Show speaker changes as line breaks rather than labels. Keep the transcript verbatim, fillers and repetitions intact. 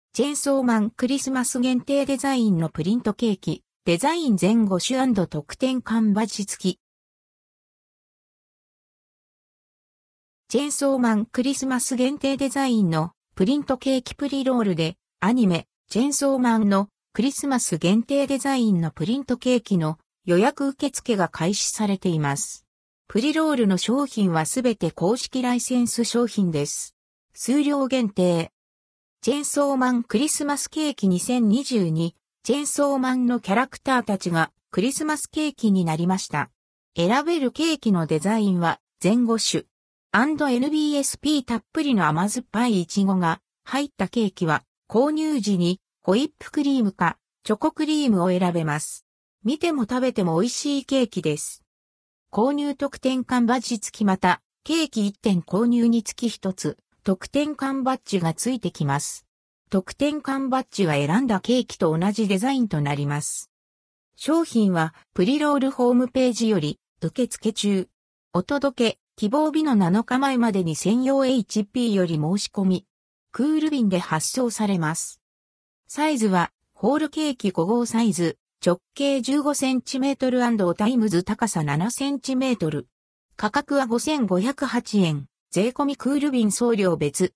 チェンソーマンクリスマス限定デザインのプリントケーキ、デザイン全ご種&特典缶バッジ付き。チェンソーマンクリスマス限定デザインのプリントケーキプリロールでアニメ、チェンソーマンのクリスマス限定デザインのプリントケーキの予約受付が開始されています。プリロールの商品はすべて公式ライセンス商品です。数量限定。チェンソーマンクリスマスケーキにせんにじゅうに、チェンソーマンのキャラクターたちがクリスマスケーキになりました。選べるケーキのデザインは全ご種。エヌビーエスピー たっぷりの甘酸っぱいイチゴが入ったケーキは購入時にホイップクリームかチョコクリームを選べます。見ても食べても美味しいケーキです。購入特典缶バッジ付きまた、ケーキいってん購入につきひとつ。特典缶バッジがついてきます。特典缶バッジは選んだケーキと同じデザインとなります。商品はプリロールホームページより受付中。お届け、希望日のなのかまえまでに専用 エイチピー より申し込み。クール便で発送されます。サイズはホールケーキご号サイズ、直径 じゅうごセンチメートル &タイムズ高さ ななセンチメートル。価格はごせんごひゃくはちえん。税込みクール便送料別。